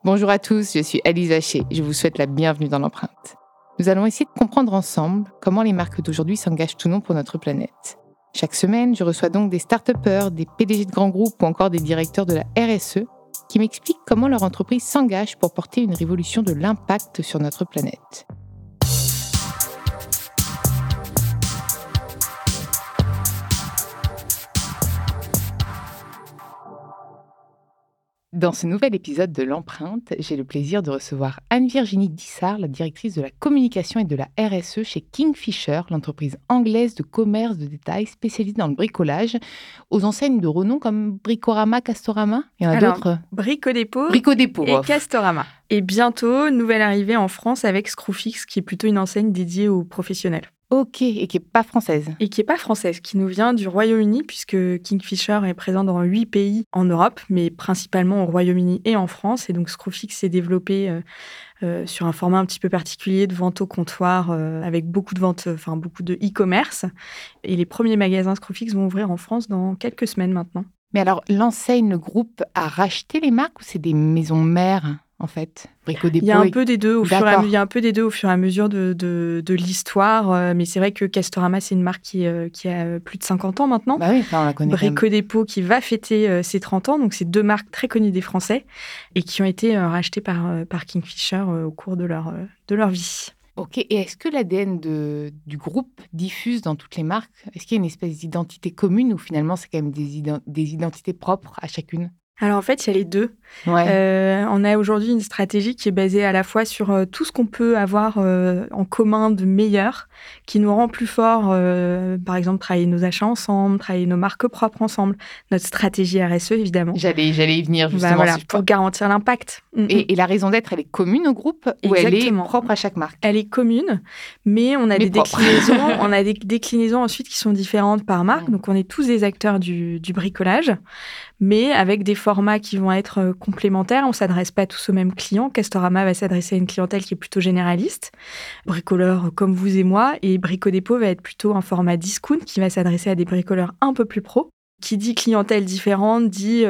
Bonjour à tous, je suis Alice Vacher. Je vous souhaite la bienvenue dans l'empreinte. Nous allons essayer de comprendre ensemble comment les marques d'aujourd'hui s'engagent ou non pour notre planète. Chaque semaine, je reçois donc des start-upers, des PDG de grands groupes ou encore des directeurs de la RSE qui m'expliquent comment leur entreprise s'engage pour porter une révolution de l'impact sur notre planète. Dans ce nouvel épisode de l'Empreinte, j'ai le plaisir de recevoir Anne-Virginie Dissart, la directrice de la communication et de la RSE chez Kingfisher, l'entreprise anglaise de commerce de détail spécialisée dans le bricolage, aux enseignes de renom comme Bricorama, Castorama. Il y en a d'autres. Brico Dépôt et Castorama. Et bientôt, nouvelle arrivée en France avec Screwfix, qui est plutôt une enseigne dédiée aux professionnels. Ok, et qui n'est pas française. Et qui n'est pas française, qui nous vient du Royaume-Uni, puisque Kingfisher est présent dans 8 pays en Europe, mais principalement au Royaume-Uni et en France. Et donc Screwfix s'est développé sur un format un petit peu particulier de vente au comptoir, avec beaucoup de ventes, beaucoup de e-commerce. Et les premiers magasins Screwfix vont ouvrir en France dans quelques semaines maintenant. Mais alors, l'enseigne, le groupe a racheté les marques ou c'est des maisons mères en fait, Brico Dépôt. Il y a un peu des deux au fur et à mesure de l'histoire. Mais c'est vrai que Castorama, c'est une marque qui a plus de 50 ans maintenant. Bah oui, on la connaît. Brico Dépôt qui va fêter ses 30 ans. Donc, c'est deux marques très connues des Français et qui ont été rachetées par Kingfisher au cours de leur vie. Ok, et est-ce que l'ADN du groupe diffuse dans toutes les marques? Est-ce qu'il y a une espèce d'identité commune ou finalement c'est quand même des identités propres à chacune? Alors en fait, il y a les deux. Ouais. On a aujourd'hui une stratégie qui est basée à la fois sur tout ce qu'on peut avoir en commun de meilleur, qui nous rend plus forts. Par exemple, travailler nos achats ensemble, travailler nos marques propres ensemble. Notre stratégie RSE, évidemment. J'allais y venir justement. Pour garantir l'impact. Et la raison d'être, elle est commune au groupe ou elle est propre à chaque marque? Elle est commune, mais on a des déclinaisons. On a des déclinaisons ensuite qui sont différentes par marque. Donc on est tous des acteurs du bricolage, mais avec des formats qui vont être complémentaires. On ne s'adresse pas tous aux mêmes clients. Castorama va s'adresser à une clientèle qui est plutôt généraliste, bricoleurs comme vous et moi, et Brico Dépôt va être plutôt un format discount qui va s'adresser à des bricoleurs un peu plus pros. Qui dit clientèle différente, dit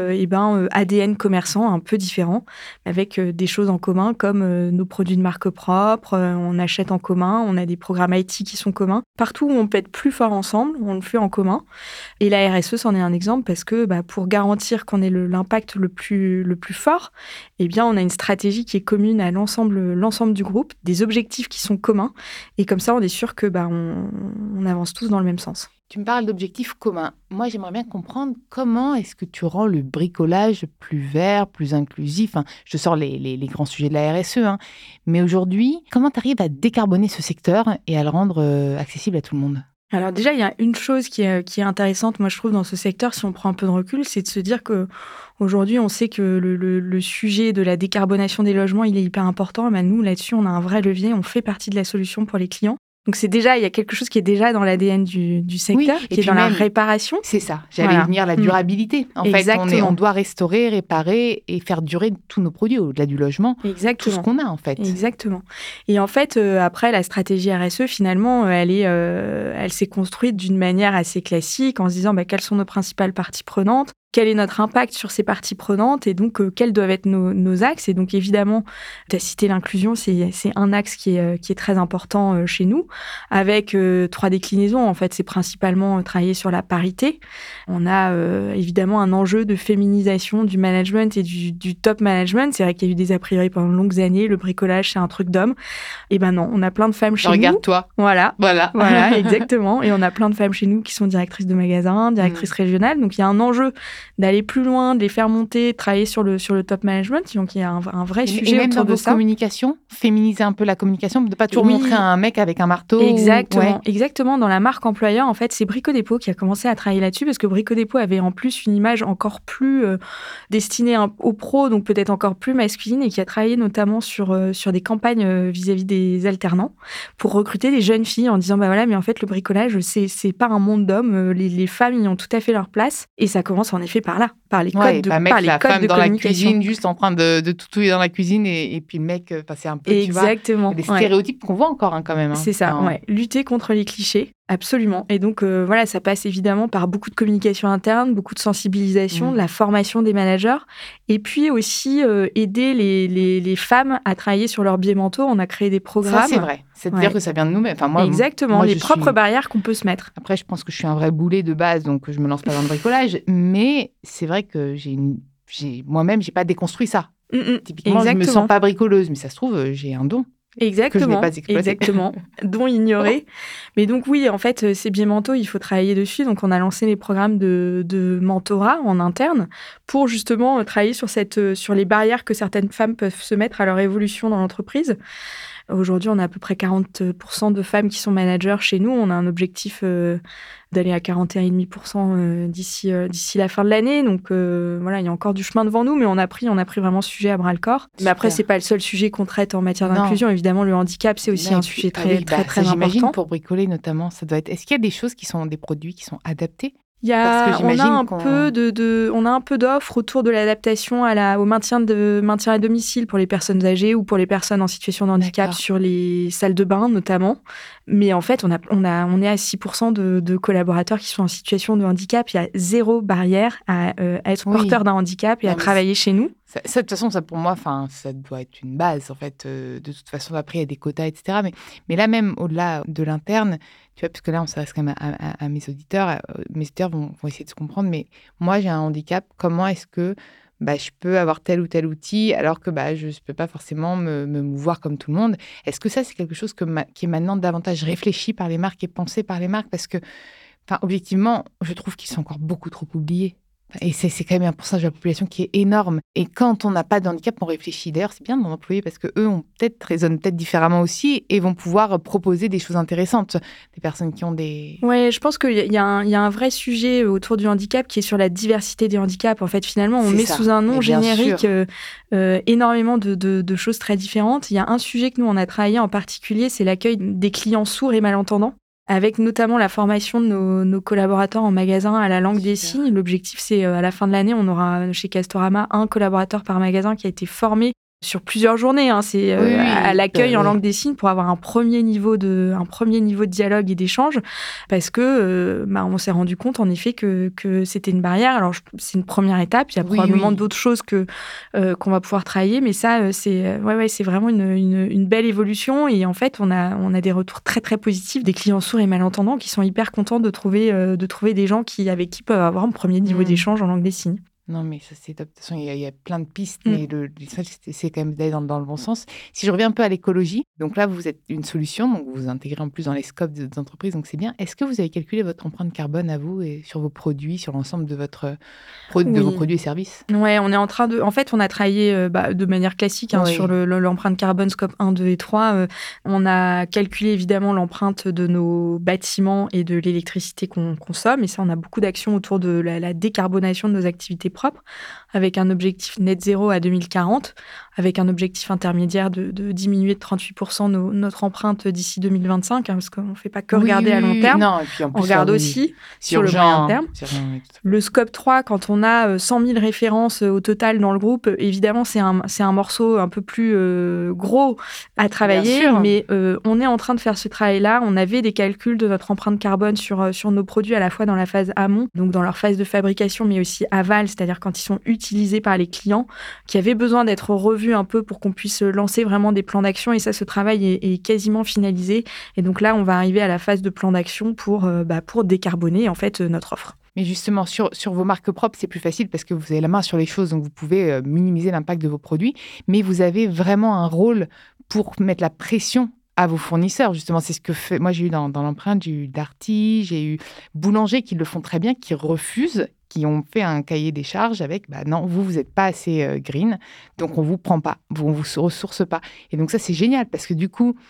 ADN commerçant un peu différent, avec des choses en commun comme nos produits de marque propre, on achète en commun, on a des programmes IT qui sont communs. Partout où on peut être plus fort ensemble, on le fait en commun. Et la RSE, c'en est un exemple parce que pour garantir qu'on ait l'impact le plus fort, eh bien, on a une stratégie qui est commune à l'ensemble du groupe, des objectifs qui sont communs. Et comme ça, on est sûr que on avance tous dans le même sens. Tu me parles d'objectifs communs. Moi, j'aimerais bien comprendre comment est-ce que tu rends le bricolage plus vert, plus inclusif. Je sors les grands sujets de la RSE, mais aujourd'hui, comment tu arrives à décarboner ce secteur et à le rendre accessible à tout le monde? Alors déjà, il y a une chose qui est intéressante, moi je trouve, dans ce secteur, si on prend un peu de recul, c'est de se dire qu'aujourd'hui, on sait que le sujet de la décarbonation des logements, il est hyper important. Nous, là-dessus, on a un vrai levier, on fait partie de la solution pour les clients. Donc il y a quelque chose qui est déjà dans l'ADN du secteur, qui est dans la réparation. C'est ça, j'allais venir, la durabilité. En Exactement. fait, on doit restaurer, réparer et faire durer tous nos produits, au-delà du logement, Exactement. tout ce qu'on a en fait. Exactement. Et en fait, après, la stratégie RSE, finalement, elle s'est construite d'une manière assez classique, en se disant quelles sont nos principales parties prenantes, quel est notre impact sur ces parties prenantes et donc quels doivent être nos axes. Et donc évidemment, tu as cité l'inclusion, c'est un axe qui est très important chez nous, avec 3 déclinaisons. En fait, c'est principalement travailler sur la parité. On a évidemment un enjeu de féminisation du management et du top management. C'est vrai qu'il y a eu des a priori pendant de longues années, le bricolage, c'est un truc d'homme. Et non, on a plein de femmes chez nous. Regarde-toi. Voilà, exactement. Et on a plein de femmes chez nous qui sont directrices de magasins, directrices régionales. Donc, il y a un enjeu d'aller plus loin, de les faire monter, de travailler sur le top management. Donc, il y a un vrai sujet même autour dans de ça. Communication, féminiser un peu la communication, de ne pas toujours montrer un mec avec un marteau. Exactement. Dans la marque employeur, en fait, c'est Brico Dépôt qui a commencé à travailler là-dessus parce que Brico Dépôt avait en plus une image encore plus destinée aux pros, donc peut-être encore plus masculine, et qui a travaillé notamment sur des campagnes vis-à-vis des alternants pour recruter des jeunes filles en disant mais en fait, le bricolage, c'est pas un monde d'hommes. Les femmes y ont tout à fait leur place. Et ça commence en effet par par les Ouais, codes de, pas par mettre les la codes femme de dans la communication. cuisine, juste en train de toutouiller dans la cuisine et puis le mec, c'est un peu, tu vois, Exactement. des Ouais. stéréotypes qu'on voit encore quand même. C'est ça, ouais. Lutter contre les clichés, absolument. Et donc, voilà, ça passe évidemment par beaucoup de communication interne, beaucoup de sensibilisation, de la formation des managers, et puis aussi aider les femmes à travailler sur leurs biais mentaux. On a créé des programmes. Ça, c'est vrai. C'est-à-dire que ça vient de nous-mêmes. Enfin, Exactement, les propres barrières qu'on peut se mettre. Après, je pense que je suis un vrai boulet de base, donc je me lance pas dans le bricolage. Mais c'est vrai que moi-même, j'ai pas déconstruit ça. Typiquement, je me sens pas bricoleuse, mais ça se trouve, j'ai un don. Que je n'ai pas exploité. Exactement, dont ignoré. Mais donc oui, en fait, ces biais mentaux, il faut travailler dessus. Donc on a lancé les programmes de mentorat en interne pour justement travailler sur les barrières que certaines femmes peuvent se mettre à leur évolution dans l'entreprise. Aujourd'hui, on a à peu près 40% de femmes qui sont managers chez nous. On a un objectif d'aller à 41,5% d'ici la fin de l'année. Donc voilà, il y a encore du chemin devant nous, mais on a pris vraiment ce sujet à bras-le-corps. Mais après, c'est pas le seul sujet qu'on traite en matière d'inclusion. Évidemment, le handicap, c'est aussi un sujet très important. J'imagine pour bricoler notamment, ça doit être. Est-ce qu'il y a des choses des produits qui sont adaptés? On a un peu d'offres autour de l'adaptation au maintien à domicile pour les personnes âgées ou pour les personnes en situation de handicap sur les salles de bain notamment. Mais en fait, on est à 6% de collaborateurs qui sont en situation de handicap. Il y a zéro barrière à être porteur d'un handicap et à travailler chez nous. Ça, de toute façon, ça pour moi, ça doit être une base en fait. De toute façon, après il y a des quotas, etc. Mais là même au-delà de l'interne, tu vois, parce que là on s'adresse quand même à mes auditeurs. Mes auditeurs vont essayer de se comprendre. Mais moi, j'ai un handicap. Comment est-ce que je peux avoir tel ou tel outil alors que je ne peux pas forcément me mouvoir comme tout le monde? Est-ce que ça, c'est quelque chose qui est maintenant davantage réfléchi par les marques et pensé par les marques? Parce que, objectivement, je trouve qu'ils sont encore beaucoup trop oubliés. Et c'est quand même un pourcentage de la population qui est énorme. Et quand on n'a pas de handicap, on réfléchit. D'ailleurs, c'est bien d'en employer parce qu'eux raisonnent peut-être différemment aussi et vont pouvoir proposer des choses intéressantes. Des personnes qui ont des... Ouais, je pense qu'il y a un vrai sujet autour du handicap qui est sur la diversité des handicaps. En fait, finalement, on met sous un nom générique énormément de choses très différentes. Il y a un sujet que nous, on a travaillé en particulier, c'est l'accueil des clients sourds et malentendants, avec notamment la formation de nos collaborateurs en magasin à la langue des signes. L'objectif, c'est à la fin de l'année, on aura chez Castorama un collaborateur par magasin qui a été formé sur plusieurs journées. C'est à l'accueil en langue des signes pour avoir un premier niveau de dialogue et d'échange, parce que on s'est rendu compte en effet que c'était une barrière. Alors c'est une première étape. Il y a probablement d'autres choses qu'on va pouvoir travailler, mais ça c'est vraiment une belle évolution. Et en fait, on a des retours très très positifs des clients sourds et malentendants qui sont hyper contents de trouver des gens avec qui peuvent avoir un premier niveau d'échange en langue des signes. Non, mais ça, c'est top. De toute façon, il y a plein de pistes, mais c'est quand même d'aller dans le bon sens. Si je reviens un peu à l'écologie, donc là, vous êtes une solution, donc vous vous intégrez en plus dans les scopes des entreprises, donc c'est bien. Est-ce que vous avez calculé votre empreinte carbone à vous et sur vos produits, sur l'ensemble de vos produits et services? Ouais, on est en train de... En fait, on a travaillé de manière classique sur l'empreinte carbone scope 1, 2 et 3. On a calculé évidemment l'empreinte de nos bâtiments et de l'électricité qu'on consomme. Et ça, on a beaucoup d'actions autour de la décarbonation de nos activités propres, avec un objectif net zéro à 2040, avec un objectif intermédiaire de diminuer de 38% notre empreinte d'ici 2025, parce qu'on ne fait pas que regarder à long terme, non, et puis en plus, on regarde aussi sur le moyen terme. Le scope 3, quand on a 100 000 références au total dans le groupe, évidemment, c'est un morceau un peu plus gros à travailler, mais on est en train de faire ce travail-là. On avait des calculs de notre empreinte carbone sur nos produits, à la fois dans la phase amont, donc dans leur phase de fabrication, mais aussi aval, c'est-à-dire quand ils sont utilisés par les clients, qui avaient besoin d'être revus un peu pour qu'on puisse lancer vraiment des plans d'action. Et ça, ce travail est quasiment finalisé. Et donc là, on va arriver à la phase de plan d'action pour décarboner en fait notre offre. Mais justement, sur vos marques propres, c'est plus facile parce que vous avez la main sur les choses, donc vous pouvez minimiser l'impact de vos produits. Mais vous avez vraiment un rôle pour mettre la pression à vos fournisseurs, justement. C'est ce que fait... Moi, j'ai eu dans l'empreinte, j'ai eu Darty, j'ai eu Boulanger qui le font très bien, qui refusent, qui ont fait un cahier des charges avec non, vous n'êtes pas assez green, donc on ne vous prend pas, on ne vous ressource pas. Et donc ça, c'est génial parce que du coup,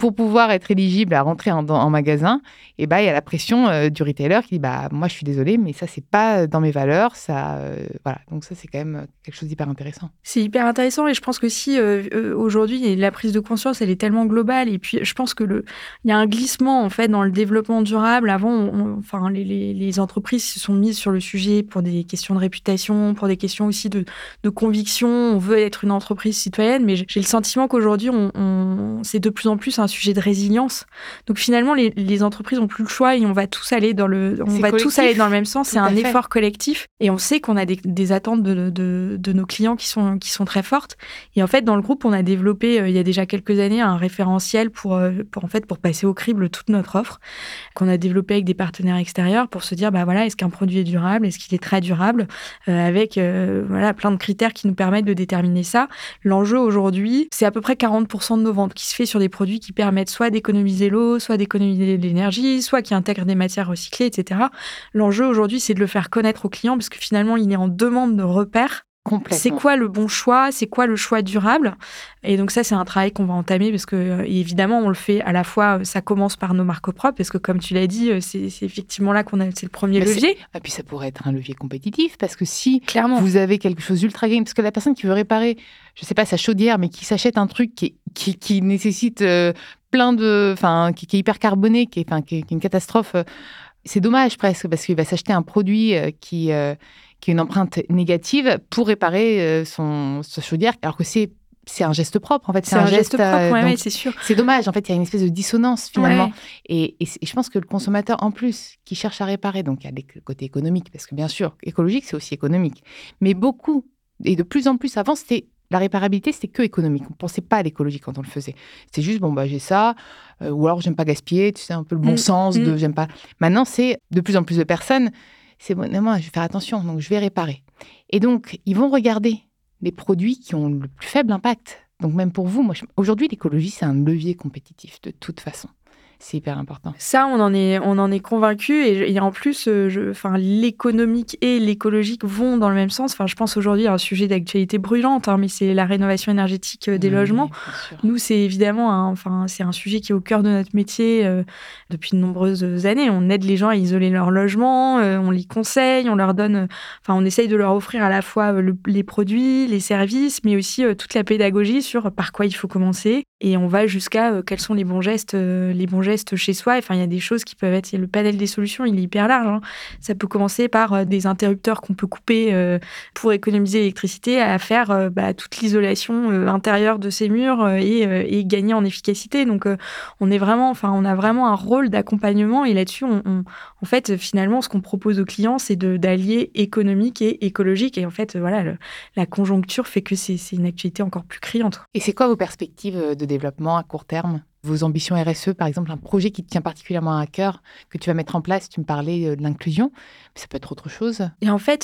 pour pouvoir être éligible à rentrer en magasin, il y a la pression du retailer qui dit moi je suis désolée, mais ça c'est pas dans mes valeurs, ça voilà. Donc ça c'est quand même quelque chose d'hyper intéressant. C'est hyper intéressant et je pense que si aujourd'hui la prise de conscience elle est tellement globale et puis je pense que il y a un glissement en fait dans le développement durable. Avant, les entreprises se sont mises sur le sujet pour des questions de réputation, pour des questions aussi de conviction. On veut être une entreprise citoyenne, mais j'ai le sentiment qu'aujourd'hui c'est de plus en plus un sujet de résilience. Donc finalement, les entreprises n'ont plus le choix et on va tous aller dans le même sens. C'est un effort collectif et on sait qu'on a des attentes de nos clients qui sont très fortes. Et en fait, dans le groupe, on a développé il y a déjà quelques années un référentiel pour passer au crible toute notre offre qu'on a développé avec des partenaires extérieurs pour se dire est-ce qu'un produit est durable, est-ce qu'il est très durable, avec plein de critères qui nous permettent de déterminer ça. L'enjeu aujourd'hui, c'est à peu près 40% de nos ventes qui se fait sur des produits qui permettent soit d'économiser l'eau, soit d'économiser l'énergie, soit qui intègrent des matières recyclées, etc. L'enjeu aujourd'hui, c'est de le faire connaître aux clients parce que finalement, il est en demande de repères. C'est quoi le bon choix? C'est quoi le choix durable? Et donc ça, c'est un travail qu'on va entamer parce que, évidemment, on le fait à la fois, ça commence par nos marques propres parce que, comme tu l'as dit, c'est effectivement là c'est le premier levier. Et puis ça pourrait être un levier compétitif parce que si vous avez quelque chose d'ultra green, parce que la personne qui veut réparer, je sais pas, sa chaudière, mais qui s'achète un truc qui nécessite qui est hyper carboné, qui est une catastrophe, c'est dommage presque parce qu'il va s'acheter un produit qui a une empreinte négative pour réparer sa chaudière, alors que c'est un geste propre, en fait. C'est un geste propre, oui, c'est sûr. C'est dommage, en fait, il y a une espèce de dissonance, finalement. Ouais. Et je pense que le consommateur, en plus, qui cherche à réparer, donc il y a le côté économique, parce que bien sûr, écologique, c'est aussi économique. Mais beaucoup, et de plus en plus, avant, la réparabilité, c'était que économique. On ne pensait pas à l'écologie quand on le faisait. C'était juste, j'ai ça, ou alors j'aime pas gaspiller, tu sais, un peu le bon sens de j'aime pas. Maintenant, c'est de plus en plus de personnes, c'est moi, je vais faire attention, donc je vais réparer. Et donc, ils vont regarder les produits qui ont le plus faible impact. Donc, même pour vous, aujourd'hui, l'écologie, c'est un levier compétitif de toute façon. C'est hyper important. Ça, on en est convaincus. Et en plus, l'économique et l'écologique vont dans le même sens. Je pense aujourd'hui à un sujet d'actualité brûlante, mais c'est la rénovation énergétique des logements. Nous, c'est évidemment c'est un sujet qui est au cœur de notre métier depuis de nombreuses années. On aide les gens à isoler leur logement, on les conseille, on leur donne... on essaye de leur offrir à la fois les produits, les services, mais aussi toute la pédagogie sur par quoi il faut commencer. Et on va jusqu'à quels sont les bons gestes chez soi. Il y a des choses qui peuvent être... Le panel des solutions, il est hyper large. Ça peut commencer par des interrupteurs qu'on peut couper pour économiser l'électricité, à faire toute l'isolation intérieure de ces murs et gagner en efficacité. Donc, on a vraiment un rôle d'accompagnement. Et là-dessus, en fait, finalement, ce qu'on propose aux clients, c'est d'allier économique et écologique. Et en fait, la conjoncture fait que c'est une activité encore plus criante. Et c'est quoi vos perspectives de développement à court terme? Vos ambitions RSE, par exemple, un projet qui te tient particulièrement à cœur, que tu vas mettre en place, tu me parlais de l'inclusion, mais ça peut être autre chose. Et en fait,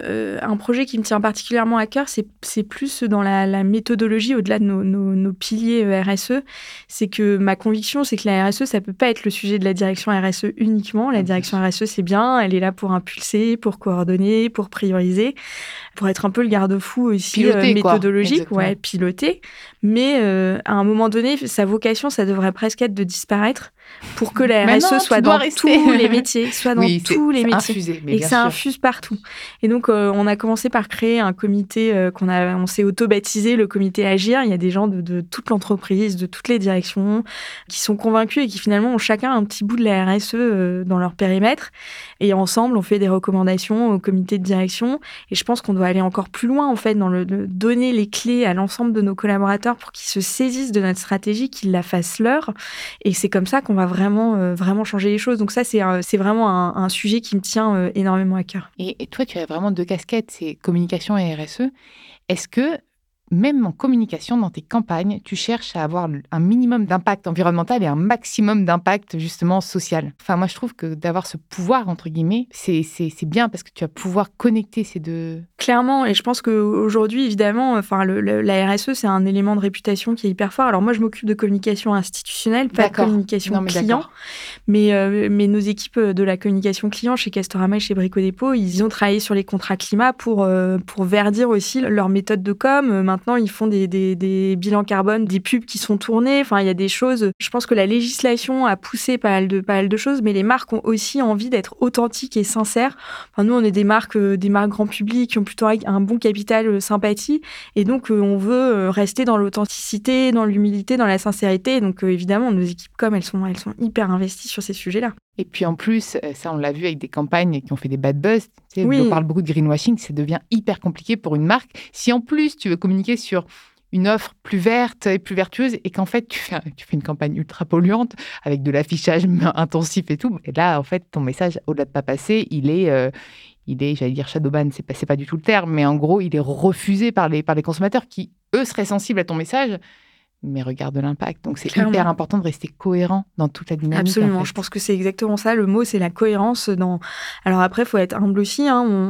un projet qui me tient particulièrement à cœur, c'est plus dans la méthodologie, au-delà de nos piliers RSE. C'est que ma conviction, c'est que la RSE, ça ne peut pas être le sujet de la direction RSE uniquement. La direction RSE, c'est bien, elle est là pour impulser, pour coordonner, pour prioriser, pour être un peu le garde-fou aussi méthodologique, piloter. Mais à un moment donné, sa vocation, ça devrait presque être de disparaître pour que la RSE soit dans tous les métiers, infusé, et que ça infuse partout. Et donc, on a commencé par créer un comité on s'est auto-baptisé le comité Agir. Il y a des gens de toute l'entreprise, de toutes les directions, qui sont convaincus et qui finalement ont chacun un petit bout de la RSE dans leur périmètre. Et ensemble, on fait des recommandations au comité de direction. Et je pense qu'on doit aller encore plus loin, en fait, dans le donner les clés à l'ensemble de nos collaborateurs pour qu'ils se saisissent de notre stratégie, qu'ils la fassent leur. Et c'est comme ça qu'on va vraiment changer les choses. Donc ça, c'est vraiment un sujet qui me tient énormément à cœur. Et toi, tu as vraiment deux casquettes, c'est communication et RSE. Est-ce que, même en communication, dans tes campagnes, tu cherches à avoir un minimum d'impact environnemental et un maximum d'impact, justement, social? Moi, je trouve que d'avoir ce pouvoir, entre guillemets, c'est bien parce que tu vas pouvoir connecter ces deux Clairement, et je pense qu'aujourd'hui, évidemment, la RSE, c'est un élément de réputation qui est hyper fort. Alors moi, je m'occupe de communication institutionnelle, pas de communication client, mais nos équipes de la communication client chez Castorama et chez Brico Dépôt, ils ont travaillé sur les contrats climat pour verdir aussi leur méthode de com. Maintenant, ils font des bilans carbone, des pubs qui sont tournées. Enfin, il y a des choses. Je pense que la législation a poussé pas mal de choses, mais les marques ont aussi envie d'être authentiques et sincères. Enfin, nous, on est des marques grand public qui ont plutôt un bon capital sympathie, et donc on veut rester dans l'authenticité, dans l'humilité, dans la sincérité. Donc évidemment, nos équipes com, elles sont hyper investies sur ces sujets-là. Et puis en plus, ça on l'a vu avec des campagnes qui ont fait des bad buzz. Tu sais, on parle beaucoup de greenwashing, ça devient hyper compliqué pour une marque. Si en plus tu veux communiquer sur une offre plus verte et plus vertueuse, et qu'en fait tu fais une campagne ultra polluante avec de l'affichage intensif et tout, et là en fait ton message, au-delà de pas passer, il est, j'allais dire shadowban, c'est pas du tout le terme, mais en gros, il est refusé par les consommateurs qui, eux, seraient sensibles à ton message, mais regardent l'impact. Donc, c'est hyper important de rester cohérent dans toute la dynamique. Absolument, en fait. Je pense que c'est exactement ça. Le mot, c'est la cohérence. Alors après, il faut être humble aussi.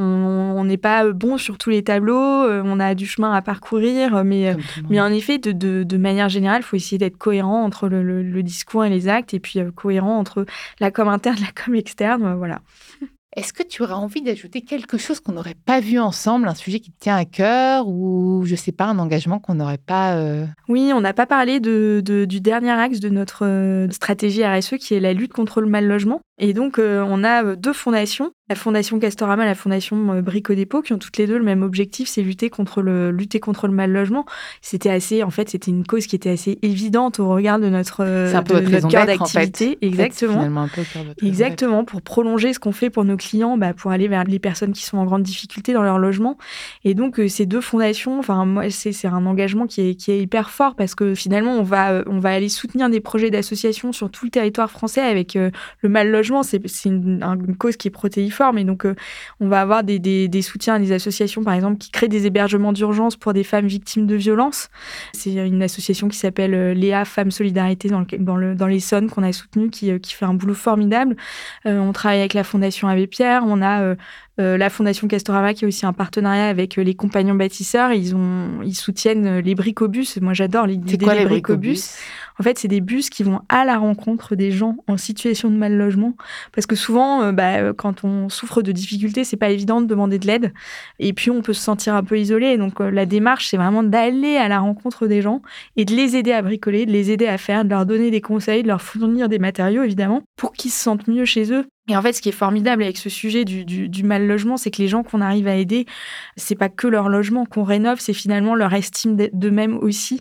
On n'est pas bon sur tous les tableaux. On a du chemin à parcourir. Mais en effet, de manière générale, il faut essayer d'être cohérent entre le discours et les actes, et puis cohérent entre la com interne et la com externe. Voilà. Est-ce que tu aurais envie d'ajouter quelque chose qu'on n'aurait pas vu ensemble, un sujet qui te tient à cœur, ou je sais pas, un engagement qu'on n'aurait pas... Oui, on n'a pas parlé du dernier axe de notre stratégie RSE, qui est la lutte contre le mal logement. Et donc, on a 2 fondations, la Fondation Castorama et la Fondation Brico Dépôt, qui ont toutes les deux le même objectif, c'est lutter contre le mal logement. C'était une cause qui était assez évidente au regard de notre cœur d'activité. En fait. Exactement. Finalement, un peu le cœur de votre Exactement, pour prolonger ce qu'on fait pour nos clients, pour aller vers les personnes qui sont en grande difficulté dans leur logement. Et donc, ces 2 fondations, moi, c'est un engagement qui est hyper fort, parce que finalement, on va aller soutenir des projets d'associations sur tout le territoire français avec le mal logement. C'est une cause qui est protéiforme, et donc on va avoir des soutiens à des associations, par exemple, qui créent des hébergements d'urgence pour des femmes victimes de violences. C'est une association qui s'appelle Léa Femmes Solidarité dans l'Essonne, qu'on a soutenue, qui fait un boulot formidable. On travaille avec la Fondation Abbé Pierre, on a la Fondation Castorama qui a aussi un partenariat avec les Compagnons Bâtisseurs. Ils soutiennent les bricobus. Moi, j'adore l'idée des bricobus. En fait, c'est des bus qui vont à la rencontre des gens en situation de mal logement, parce que souvent, quand on souffre de difficultés, c'est pas évident de demander de l'aide, et puis on peut se sentir un peu isolé. Et donc, la démarche, c'est vraiment d'aller à la rencontre des gens et de les aider à bricoler, de les aider à faire, de leur donner des conseils, de leur fournir des matériaux, évidemment, pour qu'ils se sentent mieux chez eux. Et en fait, ce qui est formidable avec ce sujet du mal logement, c'est que les gens qu'on arrive à aider, c'est pas que leur logement qu'on rénove, c'est finalement leur estime d'eux-mêmes aussi,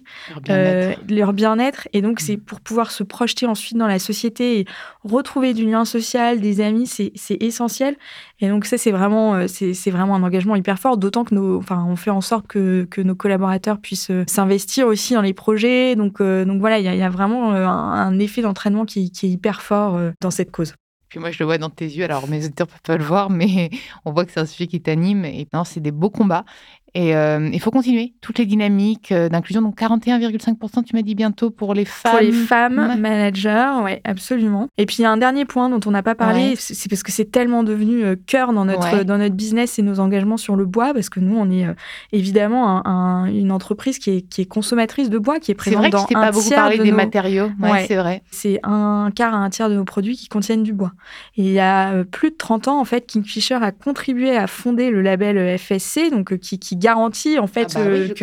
leur bien-être. Et donc, c'est pour pouvoir se projeter ensuite dans la société et retrouver du lien social, des amis, c'est essentiel. Et donc ça, c'est vraiment un engagement hyper fort, d'autant que on fait en sorte que nos collaborateurs puissent s'investir aussi dans les projets. Donc voilà, il y a vraiment un effet d'entraînement qui est hyper fort dans cette cause. Puis moi, je le vois dans tes yeux. Alors, mes auditeurs ne peuvent pas le voir, mais on voit que c'est un sujet qui t'anime. Et non, c'est des beaux combats. Et il faut continuer toutes les dynamiques d'inclusion. Donc 41,5%, tu m'as dit bientôt pour les femmes. Pour les femmes managers, oui, absolument. Et puis il y a un dernier point dont on n'a pas parlé, c'est parce que c'est tellement devenu cœur dans notre business et nos engagements sur le bois, parce que nous, on est évidemment une entreprise qui est consommatrice de bois, qui est présente dans un tiers. C'est vrai que je t'ai pas beaucoup parlé des matériaux. Ouais, c'est vrai. C'est un quart à un tiers de nos produits qui contiennent du bois. Et il y a plus de 30 ans, en fait, Kingfisher a contribué à fonder le label FSC, donc qui garantit en fait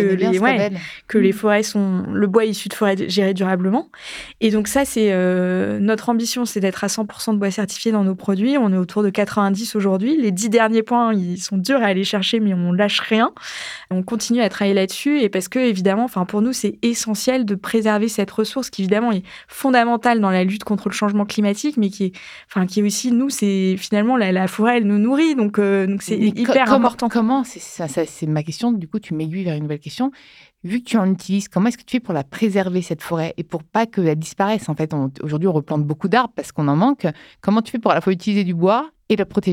que les forêts le bois issu de forêts gérées durablement. Et donc ça, c'est notre ambition, c'est d'être à 100% de bois certifié dans nos produits. On est autour de 90 aujourd'hui. Les 10 derniers points, ils sont durs à aller chercher, mais on lâche rien. On continue à travailler là-dessus, et parce que évidemment, pour nous, c'est essentiel de préserver cette ressource qui évidemment est fondamentale dans la lutte contre le changement climatique, mais qui est aussi, nous, c'est finalement la forêt, elle nous nourrit, donc c'est hyper important. Comment c'est ma question, du coup, tu m'aiguilles vers une nouvelle question. Vu que tu en utilises, comment est-ce que tu fais pour la préserver, cette forêt, et pour pas qu'elle disparaisse? En fait, aujourd'hui, on replante beaucoup d'arbres parce qu'on en manque. Comment tu fais pour à la fois utiliser du bois et le protéger?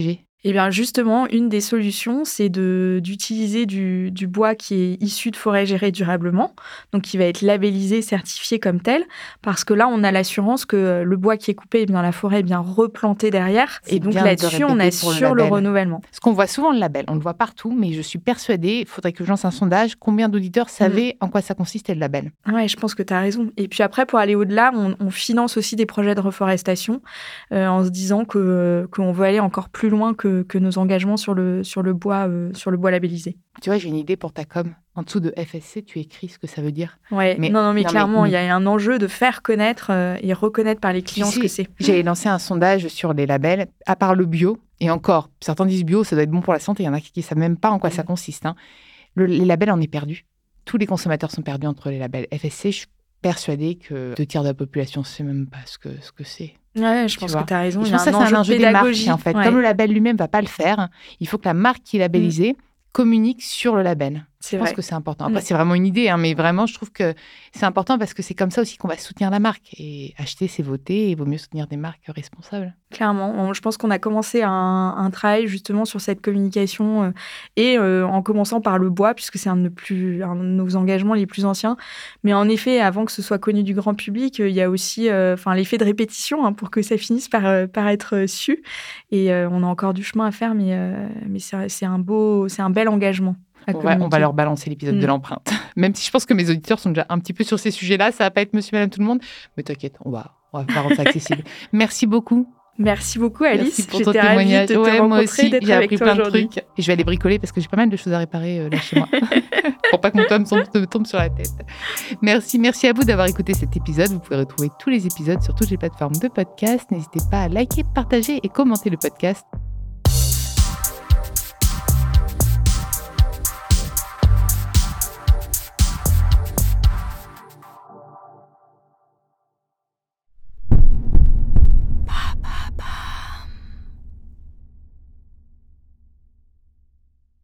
Eh bien, justement, une des solutions, c'est d'utiliser du bois qui est issu de forêts gérées durablement, donc qui va être labellisé, certifié comme tel, parce que là, on a l'assurance que le bois qui est coupé, eh bien, la forêt est bien replantée derrière. Et donc là-dessus, on assure le renouvellement. Parce qu'on voit souvent le label, on le voit partout, mais je suis persuadée, il faudrait que je lance un sondage, combien d'auditeurs savaient en quoi ça consistait le label? Ouais, je pense que tu as raison. Et puis après, pour aller au-delà, on finance aussi des projets de reforestation en se disant qu'on veut aller encore plus loin que nos engagements sur le bois labellisé. Tu vois, j'ai une idée pour ta com. En dessous de FSC, tu écris ce que ça veut dire. Ouais, mais clairement, il y a un enjeu de faire connaître et reconnaître par les clients ce que c'est. J'avais lancé un sondage sur les labels, à part le bio, et encore, certains disent bio, ça doit être bon pour la santé, il y en a qui ne savent même pas en quoi ça consiste. Hein. Les labels, on est perdus. Tous les consommateurs sont perdus entre les labels. FSC, je suis persuadée que 2/3 de la population ne sait même pas ce que c'est. Ouais, je pense que tu as raison. Je pense que c'est un enjeu des marques, en fait. Ouais. Comme le label lui-même ne va pas le faire, il faut que la marque qui est labellisée communique sur le label. Je pense que c'est important. Après, c'est vraiment une idée, hein, mais vraiment, je trouve que c'est important parce que c'est comme ça aussi qu'on va soutenir la marque. Et acheter, c'est voter. Il vaut mieux soutenir des marques responsables. Clairement. Je pense qu'on a commencé un travail justement sur cette communication et en commençant par le bois, puisque c'est un de nos engagements les plus anciens. Mais en effet, avant que ce soit connu du grand public, il y a aussi l'effet de répétition pour que ça finisse par être su. Et on a encore du chemin à faire, mais c'est un bel engagement. On va leur balancer l'épisode de l'empreinte. Même si je pense que mes auditeurs sont déjà un petit peu sur ces sujets-là, ça va pas être monsieur, madame, tout le monde. Mais t'inquiète, on va faire rendre ça accessible. Merci beaucoup. Merci beaucoup, Alice. Merci pour ton témoignage. Moi aussi, j'ai appris plein de trucs. Et je vais aller bricoler parce que j'ai pas mal de choses à réparer là chez moi. Pour pas que mon tome tombe sur la tête. Merci à vous d'avoir écouté cet épisode. Vous pouvez retrouver tous les épisodes sur toutes les plateformes de podcast. N'hésitez pas à liker, partager et commenter le podcast.